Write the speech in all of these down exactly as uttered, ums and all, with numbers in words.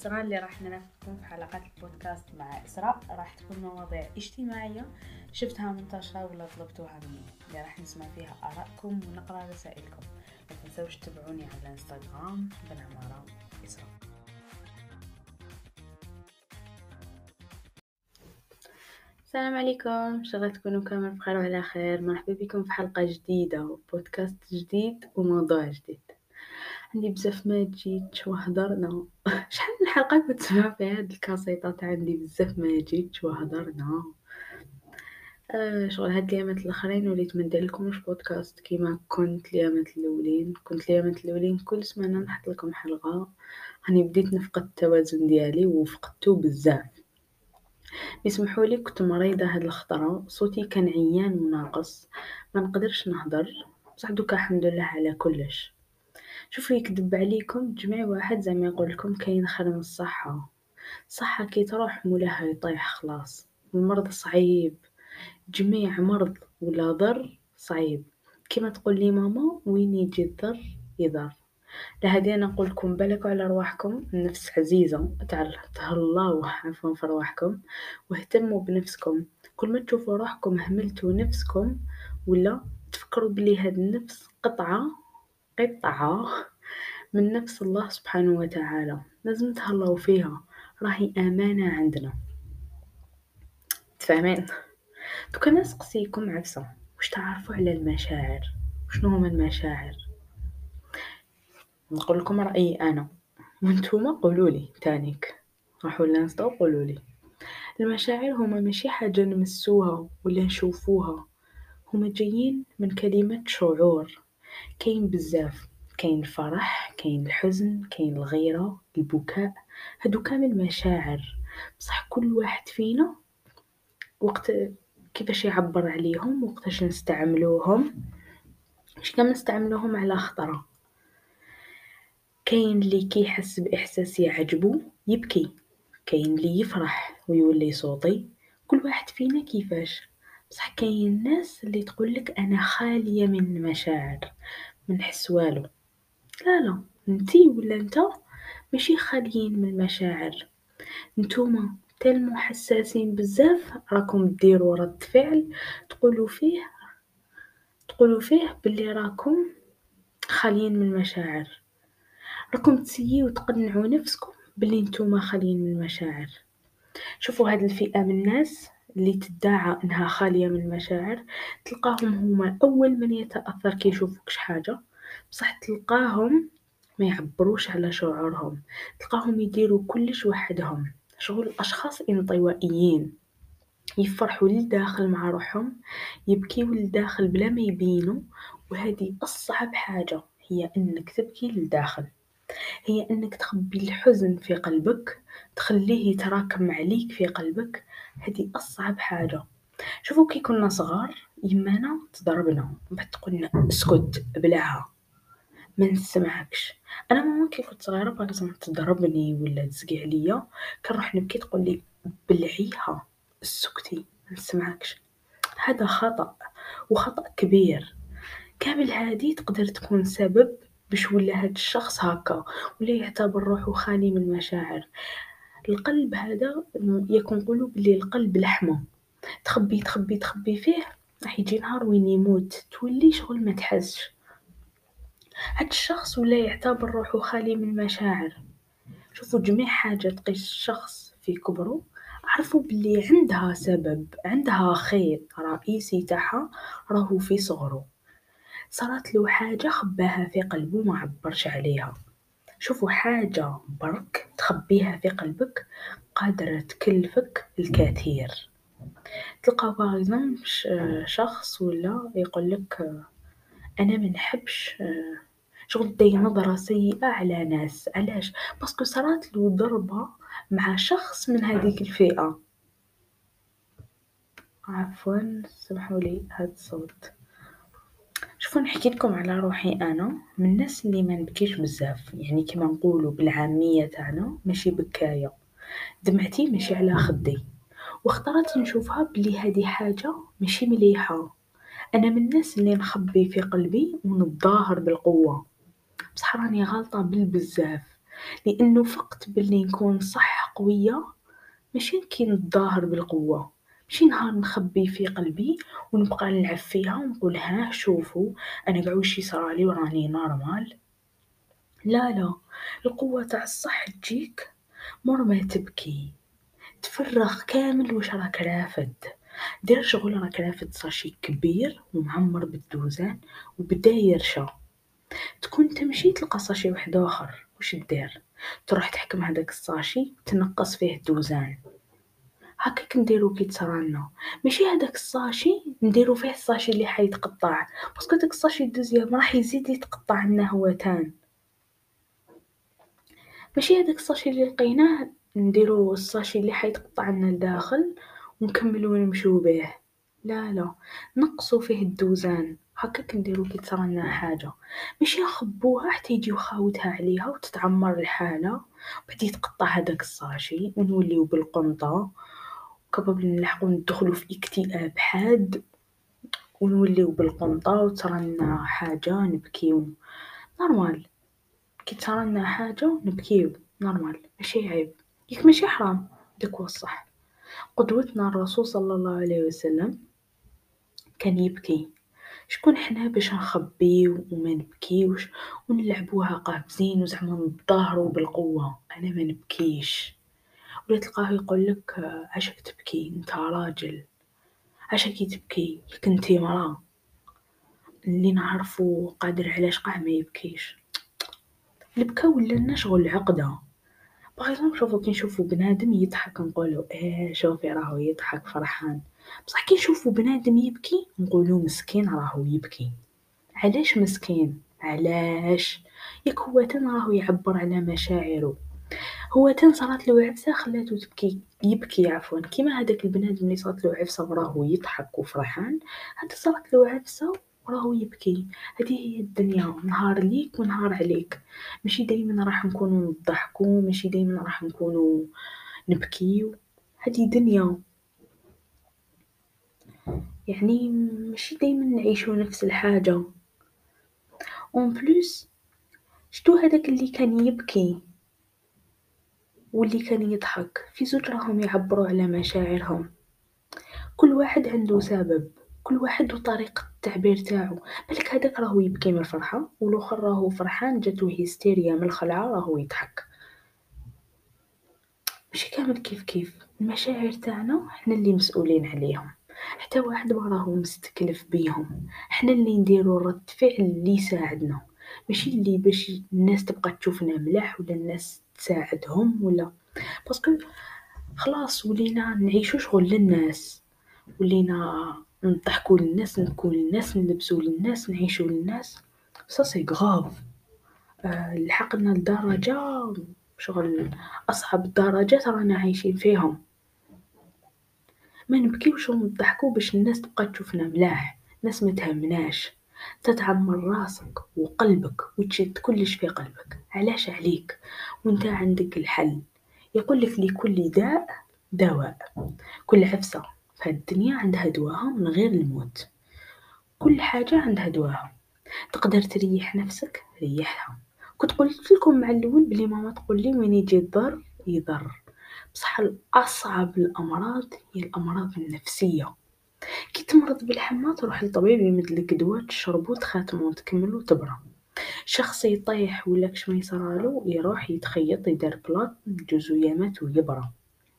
شكرا اللي راح ننافسكم في حلقات البودكاست مع إسراء. راح تكون مواضيع اجتماعية شفتها منتشرة ولا طلبتوها مني، اللي راح نسمع فيها آرائكم ونقرأ رسائلكم. لا تنسوش تتابعوني على الانستغرام بنعمارة إسراء. السلام عليكم، ان شاء الله تكونوا كامل بخير وعلى خير. مرحبا بكم في حلقة جديدة وبودكاست جديد وموضوع جديد. عندي بزاف ما جيتش وهضرنا شحال من حلقة كنت تسمع في هاد الكاسيطات. عندي بزاف ما جيتش وهضرنا آه شغل هاد اليامات الاخرين وليت ما ندير لكمش بودكاست كيما كنت اليامات الاولين. كنت اليامات الاولين كل سمانه نحط لكم حلقه. هاني بديت نفقد التوازن ديالي وفقدته بزاف. يسمحوا لي كنت مريضه هاد الخطره، صوتي كان عيان وناقص، ما نقدرش نهضر. بصح دوكا الحمد لله على كلش. شوفوا يكذب عليكم جميع واحد زعما يقول لكم كاين خير من الصحه. الصحه كي تروح مولاها يطيح خلاص. المرض صعيب، جميع مرض ولا ضر صعيب. كما تقول لي ماما وين يجي الضر يضر. لهذه انا نقول لكم بالكوا على رواحكم. النفس عزيزه، تهلاو عفوا في رواحكم واهتموا بنفسكم. كل ما تشوفوا روحكم هملتوا نفسكم ولا تفكروا بلي هاد النفس قطعه قطعه من نفس الله سبحانه وتعالى، لازم تهلاو فيها، راهي امانه عندنا. تفهمين؟ دوكا انا نسقسيكم عفسه، واش تعرفوا على المشاعر؟ شنو هما المشاعر؟ نقول لكم رايي انا وانتوما قولوا لي تانيك. راحوا للانستا وقولوا لي. المشاعر هما ماشي حاجه نمسوها ولا نشوفوها، هما جايين من كلمه شعور. كاين بزاف، كاين الفرح، كاين الحزن، كاين الغيره، البكاء، هادو كامل مشاعر. بصح كل واحد فينا وقت كيفاش يعبر عليهم وقتاش نستعملوهم مش كما نستعملوهم على خطرة. كاين اللي كيحس باحساس يعجبو يبكي، كاين اللي يفرح ويولي صوتي، كل واحد فينا كيفاش. بصح كاين الناس اللي تقولك انا خالية من المشاعر، ما نحس والو. لا لا، انتي ولا انت ماشي خاليين من المشاعر. نتوما تلمو حساسين بزاف، راكم ديروا رد فعل تقولوا فيه تقولوا فيه باللي راكم خاليين من المشاعر. راكم تسييو تقنعوا نفسكم باللي نتوما خاليين من المشاعر. شوفوا هاد الفئة من الناس اللي تدعى انها خالية من المشاعر، تلقاهم هما اول من يتأثر كي يشوفوك حاجة، بصح تلقاهم ما يعبروش على شعورهم، تلقاهم يديروا كلش وحدهم. شغل اشخاص انطوائيين، يفرحوا للداخل مع روحهم، يبكيوا للداخل بلا ما يبينوا. وهذه أصعب حاجة، هي أنك تبكي للداخل، هي أنك تخبي الحزن في قلبك، تخليه يتراكم عليك في قلبك. هذه أصعب حاجة. شوفوا كي كنا صغار يمانا تضربنا بعد تقولنا اسكت بلعها ما نسمعكش. انا ماما كي كنت صغيره بغيت تضربني ولا تزقي عليا كنروح نبكي تقول لي بلعيها اسكتي ما نسمعكش. هذا خطأ وخطأ كبير. كامل هذه تقدر تكون سبب باش ولا هاد الشخص هكا ولا يعتبر روحه خالي من المشاعر. القلب هذا يكون نقولوا بلي القلب لحمه، تخبي تخبي تخبي فيه راح يجي نهار وين يموت تولي شغل ما تحسش. هاد الشخص ولا يعتبر روحه خالي من المشاعر. شوفوا جميع حاجة تقيس الشخص في كبره عرفوا بلي عندها سبب، عندها خيط رئيسي تاعها راهو في صغره. صارت له حاجة خباها في قلبه ما عبرش عليها. شوفوا حاجة برك تخبيها في قلبك قادرة تكلفك الكثير. تلقى باغ شخص ولا يقولك انا ما نحبش شغل داي نظرة سيئة على ناس. علاش؟ باسكو صارت له ضربة مع شخص من هذيك الفئة. عفوا سمحوا لي هاد الصوت. شوفوا نحكي لكم على روحي، انا من الناس اللي ما نبكيش بزاف، يعني كما نقولوا بالعامية تاعنا ماشي بكاية، دمعتي ماشي على خدي. واخترت نشوفها بلي هذه حاجة ماشي مليحة. انا من الناس اللي نخبي في قلبي ونتظاهر بالقوة، بصح راني غلطة بالبزاف. لأنه فقت باللي نكون صح قوية ماشي كي نتظاهر بالقوة، ماشي نهار نخبي في قلبي ونبقى نلعب فيها ونقول ها شوفوا أنا قاع واش يصرالي وراني نورمال. لا لا، القوة تاع الصح تجيك مور ما تبكي، تفرغ كامل واش راك رافد، دير شغل راك رافد ساشي كبير ومعمر بالدوزان وبدا يرشا، تكون تمشي تلقى ساشي وحداخر واش دير، تروح تحكم هداك الساشي تنقص فيه الدوزان، هكاك نديرو كي تصرالنا، ماشي هداك الساشي نديرو فيه الساشي اللي حيتقطع، باسكو داك الساشي الدوزيام راح يزيد يتقطع لنا هو تان، ماشي هداك الساشي اللي لقيناه نديرو الساشي اللي حيتقطع لنا لداخل ونكملو نمشيو بيه، لا لا، نقصو فيه الدوزان، هكاك نديرو كي تصرالنا حاجة، ماشي نخبوها حتى يجيو خاوتها عليها وتتعمر الحالة وبعد يتقطع هداك الساشي ونوليو بالقنطة وكبابل نلحقو ندخلو في اكتئاب حاد ونوليو بالقنطة وتصرالنا حاجة نبكيو، نورمال كي تصرالنا حاجة نبكيو نورمال ماشي عيب، ياك ماشي حرام، داك هو الصح. قدوتنا الرسول صلى الله عليه وسلم كان يبكي، شكون حنا باش نخبيو وما نبكيوش ونلعبوها قابزين وزعما نتظاهرو بالقوة، أنا ما نبكيش، ولا تلقاه يقولك عاشاك تبكي نتا راجل، عاشاكي تبكي ياك نتي مرا، اللي نعرفو قادر على قاع ما يبكيش، البكا ولالنا شغل عقدة، باغ شوفو كي نشوفو بنادم يضحك نقولو ايه شوفي راهو يضحك فرحان، بصح كي نشوفو بنادم يبكي نقولو مسكين راهو يبكي، علاش مسكين؟ علاش؟ ياك هو تان راهو يعبر على مشاعره، هو تان صراتلو عفسة خلاتو تبكي يبكي عفوا، كيما هداك البنادم اللي صراتلو عفسة وراهو يضحك وفرحان، هذا صراتلو عفسة وراهو يبكي، هذه هي الدنيا، نهار ليك ونهار عليك، ماشي دايما راح نكونو نضحكو، ماشي دايما راح نكونو نبكيو، هذه دنيا، يعني ماشي دايما نعيشو نفس الحاجة. اون بلوس شتو هداك اللي كان يبكي واللي كان يضحك في زوج راهم يعبروا على مشاعرهم، كل واحد عنده سبب، كل واحد وطريقة التعبير تاعو، بالك هداك راهو يبكي من الفرحة والاخر راهو فرحان جاتو هيستيريا من الخلعة راهو يضحك، ماشي كامل كيف كيف، المشاعر تاعنا حنا اللي مسؤولين عليهم، حتى واحد ما راهو مستكلف بيهم، حنا اللي نديرو رد فعل اللي يساعدنا، ماشي اللي باش الناس تبقى تشوفنا ملاح ولا الناس تساعدهم ولا، باسكو خلاص ولينا نعيشو شغل للناس، ولينا نضحكو للناس نبكو للناس نلبسو للناس نعيشو للناس، سا سي غراف، آه لحقنا لدرجة شغل أصعب الدرجات رانا عايشين فيهم، ما نبكيوش ونضحكو باش الناس تبقى تشوفنا ملاح، الناس ما تهمناش، تتعمر راسك وقلبك وتشد كلش في قلبك، علاش عليك وانت عندك الحل، يقولك لكل داء دواء، كل عفسة في الدنيا عندها دواها من غير الموت، كل حاجة عندها دواها، تقدر تريح نفسك ريحها، كنت قلت لكم مع الأول بلي ماما تقول لي وين يجي الضر يضر، بصح الأصعب الأمراض هي الأمراض النفسية، كي تمرض بالحمى تروح للطبيب يمدلك دواء تشربو تخاتمو تكملو تبرى، شخص يطيح ولا كش ما يصرالو يروح يتخيط يدار بلاط جوز أيامات ويبرى،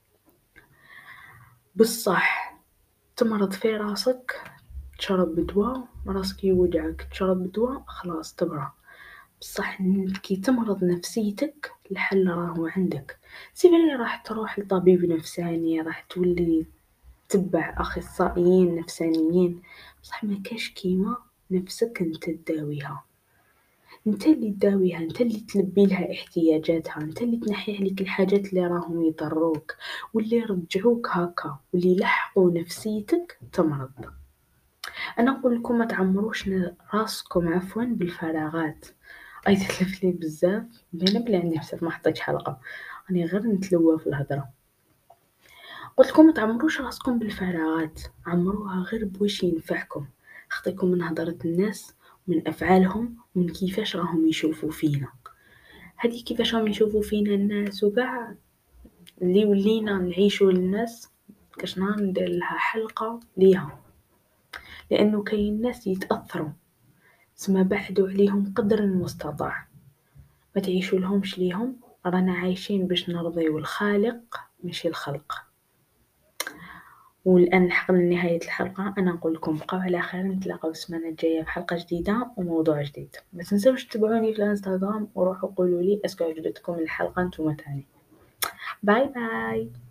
بصح تمرض في راسك تشرب دواء راسك يوجعك تشرب دواء خلاص تبرى، بصح كي تمرض نفسيتك الحل راهو عندك، سي فري راح تروح لطبيب نفساني راح تولي تبع أخصائيين نفسانيين، بصح ما كاش كيما نفسك انت تداويها، انت اللي تداويها، انت اللي تلبي لها احتياجاتها، انت اللي تنحي عليك الحاجات اللي راهم يضروك واللي يرجعوك هكا واللي يلحقوا نفسيتك تمرض. انا نقول لكم ما تعمروش راسكم عفوا بالفراغات، اي تتلف لي بزاف بينا بلي عندي بزاف ما حطيتش حلقه راني غير نتلوى في الهضره، قلت لكم ما تعمروش راسكم بالفراغات، عمروها غير بواش ينفعكم، خطيكم من هضره الناس ومن افعالهم ومن كيفاش راهم يشوفوا فينا، هادي كيفاش راهم يشوفو فينا الناس وكاع اللي ولينا نعيشو للناس، كاش نهار ندير لها حلقة ليها، لأنو كاين ناس يتأثرو سما بعدو عليهم قدر المستطاع، ما تعيشولهمش ليهم، رانا عايشين باش نرضيو الخالق ماشي الخلق. والآن لحقنا لنهاية الحلقة، أنا نقول لكم بقاو على خير، نتلاقاو السمانة الجاية بحلقة جديدة وموضوع جديد. ما تنسوش تتبعوني في الانستغرام وروحوا قولوا لي اسكو عجبتكم الحلقة نتوما تاني. باي باي.